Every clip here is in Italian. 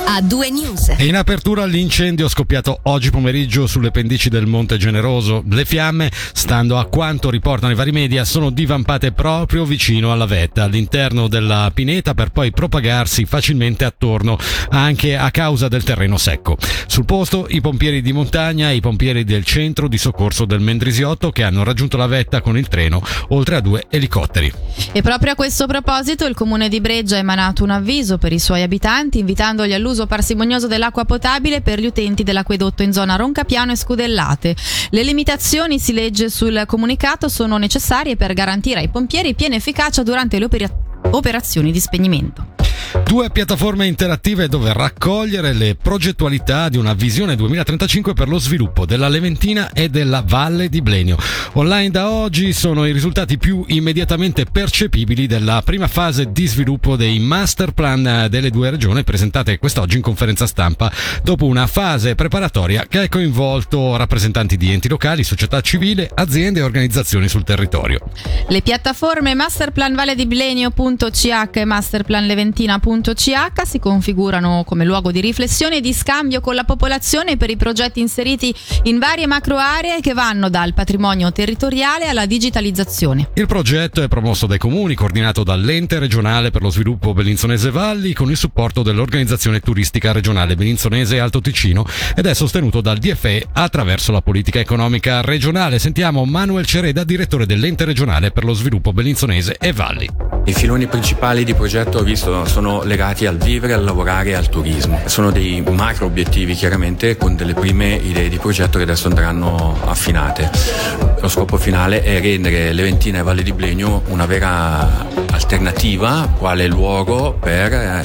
A2 News. E in apertura l'incendio scoppiato oggi pomeriggio sulle pendici del Monte Generoso. Le fiamme, stando a quanto riportano i vari media, sono divampate proprio vicino alla vetta, all'interno della pineta, per poi propagarsi facilmente attorno, anche a causa del terreno secco. Sul posto i pompieri di montagna e i pompieri del centro di soccorso del Mendrisiotto, che hanno raggiunto la vetta con il treno, oltre a 2 elicotteri. E proprio a questo proposito il comune di Breggia ha emanato un avviso per i suoi abitanti, invitandoli all'uso parsimonioso dell'acqua potabile per gli utenti dell'acquedotto in zona Roncapiano e Scudellate. Le limitazioni, si legge sul comunicato, sono necessarie per garantire ai pompieri piena efficacia durante le operazioni di spegnimento. 2 piattaforme interattive dove raccogliere le progettualità di una visione 2035 per lo sviluppo della Leventina e della Valle di Blenio. Online da oggi sono i risultati più immediatamente percepibili della prima fase di sviluppo dei master plan delle 2 regioni, presentate quest'oggi in conferenza stampa, dopo una fase preparatoria che ha coinvolto rappresentanti di enti locali, società civile, aziende e organizzazioni sul territorio. Le piattaforme Masterplan Valle di Blenio.ch e Masterplan Leventina.ch si configurano come luogo di riflessione e di scambio con la popolazione per i progetti inseriti in varie macro aree che vanno dal patrimonio territoriale alla digitalizzazione. Il progetto è promosso dai comuni, coordinato dall'Ente regionale per lo sviluppo Bellinzonese Valli, con il supporto dell'Organizzazione Turistica Regionale Bellinzonese e Alto Ticino, ed è sostenuto dal DFE attraverso la politica economica regionale. Sentiamo Manuel Cereda, direttore dell'Ente regionale per lo sviluppo Bellinzonese e Valli. I filoni principali di progetto, ho visto, sono legati al vivere, al lavorare e al turismo. Sono dei macro obiettivi, chiaramente, con delle prime idee di progetto che adesso andranno affinate. Lo scopo finale è rendere Leventina e Valle di Blenio una vera alternativa, quale luogo per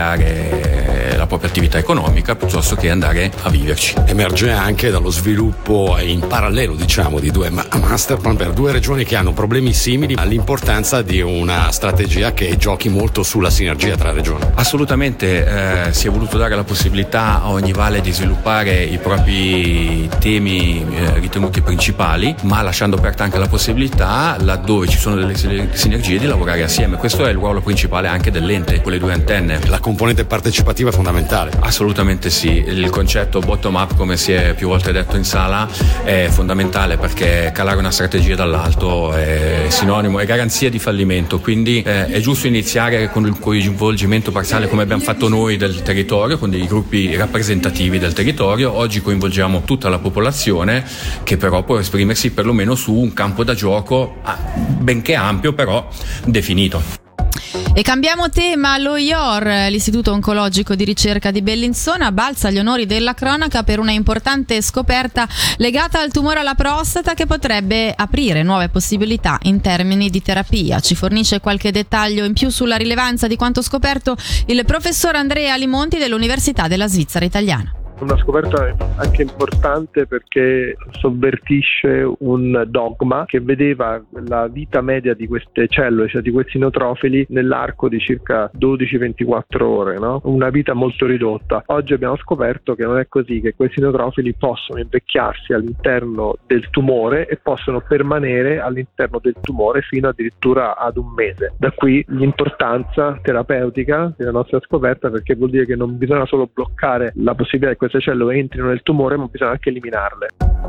insediare la propria attività economica piuttosto che andare a viverci. Emerge anche dallo sviluppo in parallelo, diciamo, di 2 masterplan per 2 regioni che hanno problemi simili, all'importanza di una strategia che giochi molto sulla sinergia tra regioni. Assolutamente, si è voluto dare la possibilità a ogni valle di sviluppare i propri temi ritenuti principali, ma lasciando aperta anche la possibilità, laddove ci sono delle sinergie, di lavorare assieme. Questo è il ruolo principale anche dell'ente, con le 2 antenne. La componente partecipativa è fondamentale. Assolutamente sì, il concetto bottom up, come si è più volte detto in sala, è fondamentale, perché calare una strategia dall'alto è sinonimo, è garanzia di fallimento, quindi è giusto iniziare con il coinvolgimento parziale, come abbiamo fatto noi, del territorio, con dei gruppi rappresentativi del territorio. Oggi coinvolgiamo tutta la popolazione, che però può esprimersi perlomeno su un campo da gioco benché ampio, però definito. E cambiamo tema. Lo IOR, l'Istituto Oncologico di Ricerca di Bellinzona, balza agli onori della cronaca per una importante scoperta legata al tumore alla prostata che potrebbe aprire nuove possibilità in termini di terapia. Ci fornisce qualche dettaglio in più sulla rilevanza di quanto scoperto il professor Andrea Limonti dell'Università della Svizzera Italiana. Una scoperta anche importante perché sovvertisce un dogma che vedeva la vita media di queste cellule, cioè di questi neutrofili, nell'arco di circa 12-24 ore, no? Una vita molto ridotta. Oggi abbiamo scoperto che non è così, che questi neutrofili possono invecchiarsi all'interno del tumore e possono permanere all'interno del tumore fino addirittura ad un mese. Da qui l'importanza terapeutica della nostra scoperta, perché vuol dire che non bisogna solo bloccare la possibilità che queste cellule entrino nel tumore, ma bisogna anche eliminarle.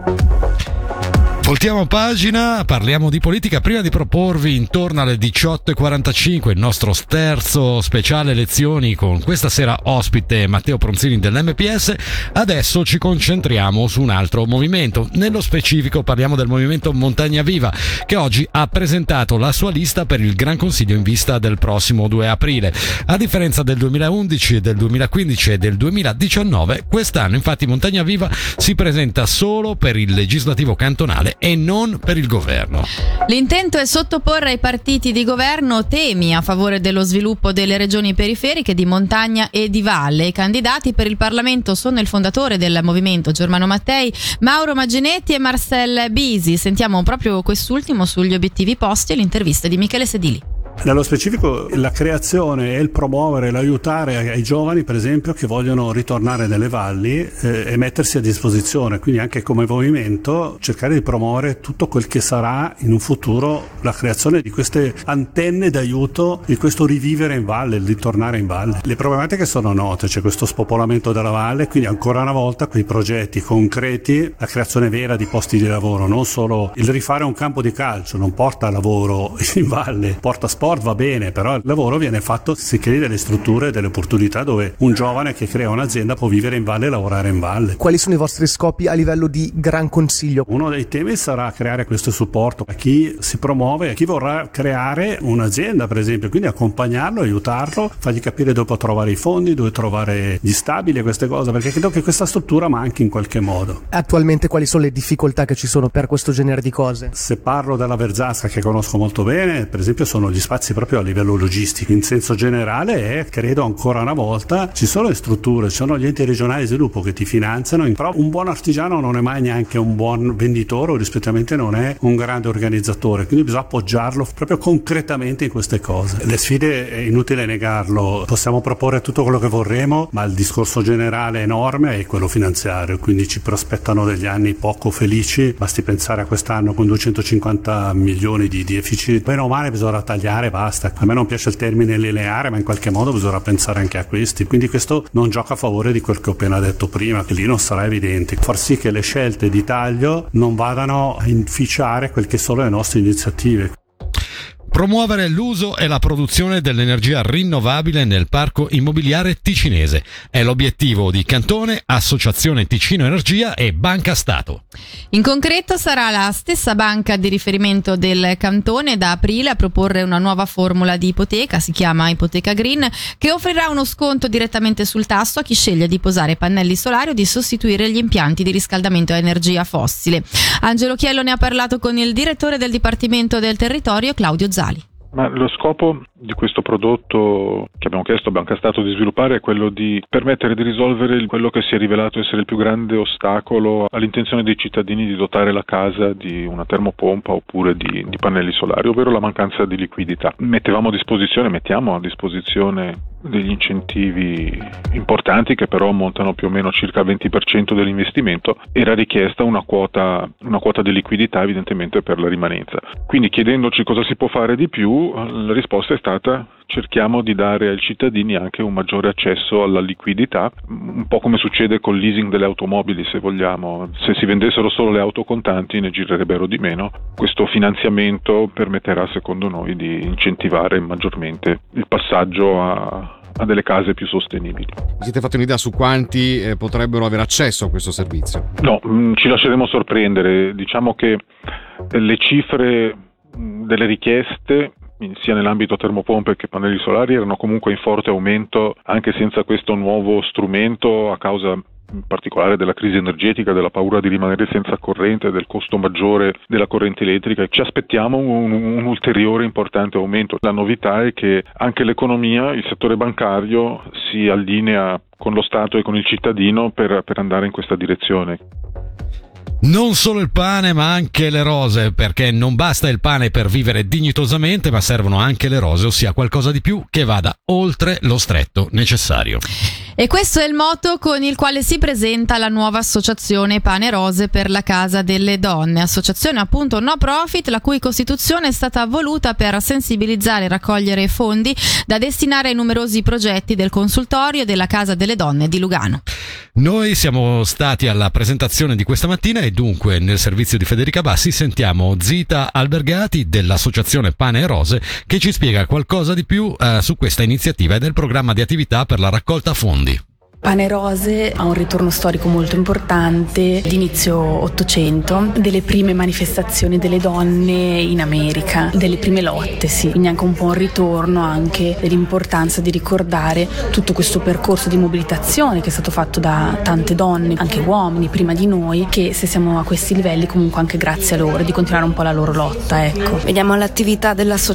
Voltiamo pagina, parliamo di politica. Prima di proporvi intorno alle 18:45 il nostro terzo speciale elezioni, con questa sera ospite Matteo Pronzini dell'MPS, adesso ci concentriamo su un altro movimento. Nello specifico parliamo del movimento Montagna Viva, che oggi ha presentato la sua lista per il Gran Consiglio in vista del prossimo 2 aprile. A differenza del 2011, del 2015 e del 2019, quest'anno infatti Montagna Viva si presenta solo per il legislativo cantonale e non per il governo. L'intento è sottoporre ai partiti di governo temi a favore dello sviluppo delle regioni periferiche di montagna e di valle. I candidati per il Parlamento sono il fondatore del movimento Germano Mattei, Mauro Magginetti e Marcel Bisi. Sentiamo proprio quest'ultimo sugli obiettivi posti e l'intervista di Michele Sedili. Nello specifico la creazione e il promuovere, l'aiutare ai giovani per esempio che vogliono ritornare nelle valli e mettersi a disposizione, quindi anche come movimento cercare di promuovere tutto quel che sarà in un futuro la creazione di queste antenne d'aiuto, di questo rivivere in valle, il ritornare in valle. Le problematiche sono note, c'è questo spopolamento della valle, quindi ancora una volta quei progetti concreti, la creazione vera di posti di lavoro, non solo il rifare un campo di calcio, non porta lavoro in valle, porta sport, va bene, però il lavoro viene fatto se crei delle strutture, delle opportunità dove un giovane che crea un'azienda può vivere in valle e lavorare in valle. Quali sono i vostri scopi a livello di Gran Consiglio? Uno dei temi sarà creare questo supporto a chi si promuove, a chi vorrà creare un'azienda per esempio, quindi accompagnarlo, aiutarlo, fargli capire dove può trovare i fondi, dove trovare gli stabili e queste cose, perché credo che questa struttura manchi in qualche modo. Attualmente quali sono le difficoltà che ci sono per questo genere di cose? Se parlo della Verzasca, che conosco molto bene, per esempio sono gli spazi proprio a livello logistico. In senso generale credo ancora una volta ci sono le strutture, ci sono gli enti regionali di sviluppo che ti finanziano, però un buon artigiano non è mai neanche un buon venditore o rispettivamente non è un grande organizzatore, quindi bisogna appoggiarlo proprio concretamente in queste cose. Le sfide è inutile negarlo, possiamo proporre tutto quello che vorremmo, ma il discorso generale enorme è quello finanziario, quindi ci prospettano degli anni poco felici, basti pensare a quest'anno con 250 milioni di deficit, bene o male bisogna tagliare, basta. A me non piace il termine lineare, ma in qualche modo bisogna pensare anche a questi, quindi questo non gioca a favore di quel che ho appena detto prima, che lì non sarà evidente, far sì che le scelte di taglio non vadano a inficiare quel che sono le nostre iniziative. Promuovere l'uso e la produzione dell'energia rinnovabile nel parco immobiliare ticinese. È l'obiettivo di Cantone, Associazione Ticino Energia e Banca Stato. In concreto sarà la stessa banca di riferimento del Cantone da aprile a proporre una nuova formula di ipoteca, si chiama Ipoteca Green, che offrirà uno sconto direttamente sul tasso a chi sceglie di posare pannelli solari o di sostituire gli impianti di riscaldamento a energia fossile. Angelo Chiello ne ha parlato con il direttore del Dipartimento del Territorio, Claudio Zali. Ma lo scopo di questo prodotto che abbiamo chiesto a Banca Stato di sviluppare è quello di permettere di risolvere quello che si è rivelato essere il più grande ostacolo all'intenzione dei cittadini di dotare la casa di una termopompa oppure di pannelli solari, ovvero la mancanza di liquidità. Mettiamo a disposizione degli incentivi importanti che però ammontano più o meno circa il 20% dell'investimento. Era richiesta una quota di liquidità evidentemente per la rimanenza. Quindi chiedendoci cosa si può fare di più, la risposta è stata: cerchiamo di dare ai cittadini anche un maggiore accesso alla liquidità, un po' come succede col leasing delle automobili, se vogliamo. Se si vendessero solo le auto contanti ne girerebbero di meno. Questo finanziamento permetterà, secondo noi, di incentivare maggiormente il passaggio a delle case più sostenibili. Vi siete fatti un'idea su quanti potrebbero avere accesso a questo servizio? No, ci lasceremo sorprendere. Diciamo che le cifre delle richieste, sia nell'ambito termopompe che pannelli solari, erano comunque in forte aumento anche senza questo nuovo strumento, a causa in particolare della crisi energetica, della paura di rimanere senza corrente, del costo maggiore della corrente elettrica. Ci aspettiamo un ulteriore importante aumento. La novità è che anche l'economia, il settore bancario si allinea con lo Stato e con il cittadino per andare in questa direzione. Non solo il pane, ma anche le rose, perché non basta il pane per vivere dignitosamente, ma servono anche le rose, ossia qualcosa di più che vada oltre lo stretto necessario. E questo è il motto con il quale si presenta la nuova associazione Pane Rose per la Casa delle Donne, associazione appunto no profit, la cui costituzione è stata voluta per sensibilizzare e raccogliere fondi da destinare ai numerosi progetti del consultorio della Casa delle Donne di Lugano. Noi siamo stati alla presentazione di questa mattina e dunque nel servizio di Federica Bassi sentiamo Zita Albergati dell'associazione Pane e Rose che ci spiega qualcosa di più su questa iniziativa e del programma di attività per la raccolta fondi. Pane Rose ha un ritorno storico molto importante di inizio Ottocento, delle prime manifestazioni delle donne in America, delle prime lotte, sì. Quindi anche un po' un ritorno anche dell'importanza di ricordare tutto questo percorso di mobilitazione che è stato fatto da tante donne, anche uomini prima di noi, che se siamo a questi livelli comunque anche grazie a loro, di continuare un po' la loro lotta, ecco. Vediamo l'attività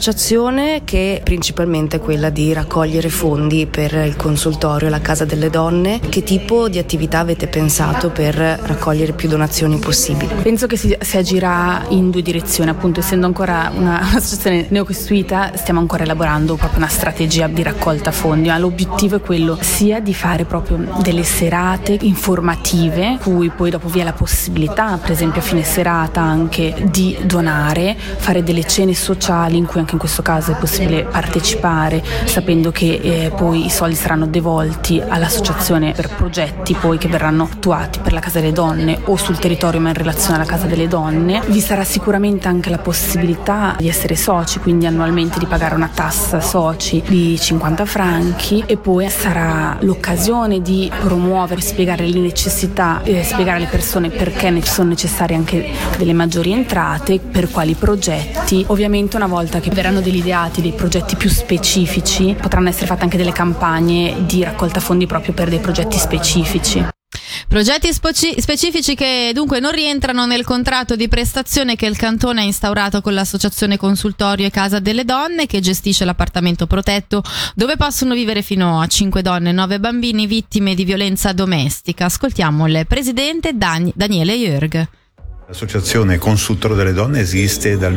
dell'associazione che è principalmente quella di raccogliere fondi per il consultorio, la Casa delle Donne, donne, che tipo di attività avete pensato per raccogliere più donazioni possibili? Penso che si agirà in due direzioni, appunto, essendo ancora un'associazione neocostituita stiamo ancora elaborando proprio una strategia di raccolta fondi, ma l'obiettivo è quello sia di fare proprio delle serate informative, cui poi dopo vi è la possibilità, per esempio a fine serata, anche di donare, fare delle cene sociali in cui anche in questo caso è possibile partecipare, sapendo che poi i soldi saranno devolti all'associazione per progetti poi che verranno attuati per la Casa delle Donne o sul territorio ma in relazione alla Casa delle Donne. Vi sarà sicuramente anche la possibilità di essere soci, quindi annualmente di pagare una tassa soci di 50 franchi, e poi sarà l'occasione di promuovere, spiegare le necessità, spiegare alle persone perché ne sono necessarie anche delle maggiori entrate, per quali progetti. Ovviamente una volta che verranno delineati dei progetti più specifici potranno essere fatte anche delle campagne di raccolta fondi proprio per dei progetti specifici. Progetti specifici che dunque non rientrano nel contratto di prestazione che il Cantone ha instaurato con l'associazione Consultorio e Casa delle Donne, che gestisce l'appartamento protetto dove possono vivere fino a 5 donne e 9 bambini vittime di violenza domestica. Ascoltiamo il presidente Daniele Jörg. L'associazione Consultorio delle Donne esiste dal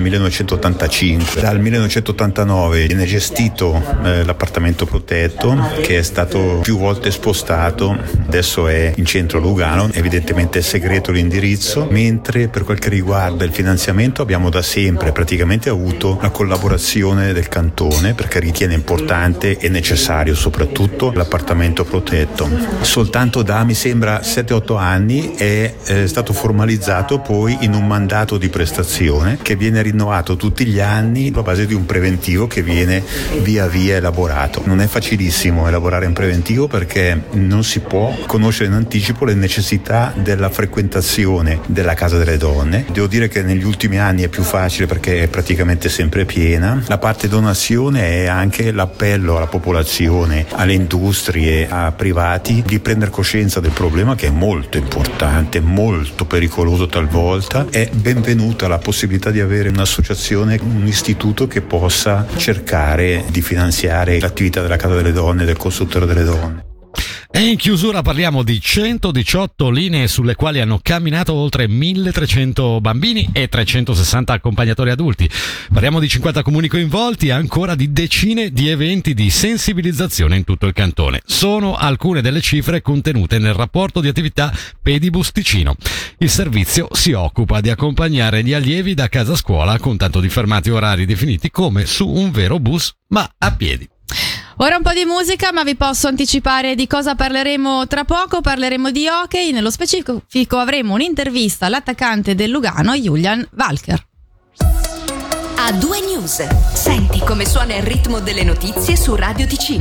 1985. Dal 1989 viene gestito l'appartamento protetto, che è stato più volte spostato, adesso è in centro Lugano, evidentemente è segreto l'indirizzo, mentre per quel che riguarda il finanziamento abbiamo da sempre praticamente avuto la collaborazione del Cantone, perché ritiene importante e necessario soprattutto l'appartamento protetto. Soltanto da, mi sembra, 7-8 anni è stato formalizzato poi in un mandato di prestazione che viene rinnovato tutti gli anni a base di un preventivo che viene via via elaborato. Non è facilissimo elaborare un preventivo perché non si può conoscere in anticipo le necessità della frequentazione della Casa delle Donne. Devo dire che negli ultimi anni è più facile perché è praticamente sempre piena. La parte donazione è anche l'appello alla popolazione, alle industrie, a privati di prendere coscienza del problema, che è molto importante, molto pericoloso talvolta. È benvenuta la possibilità di avere un'associazione, un istituto che possa cercare di finanziare l'attività della Casa delle Donne, del Consultorio delle Donne. E in chiusura parliamo di 118 linee sulle quali hanno camminato oltre 1300 bambini e 360 accompagnatori adulti. Parliamo di 50 comuni coinvolti e ancora di decine di eventi di sensibilizzazione in tutto il cantone. Sono alcune delle cifre contenute nel rapporto di attività Pedibus Ticino. Il servizio si occupa di accompagnare gli allievi da casa a scuola con tanto di fermati orari definiti come su un vero bus, ma a piedi. Ora un po' di musica, ma vi posso anticipare di cosa parleremo tra poco. Parleremo di hockey, nello specifico avremo un'intervista all'attaccante del Lugano, Julian Walker. A2 News. Senti come suona il ritmo delle notizie su Radio Ticino.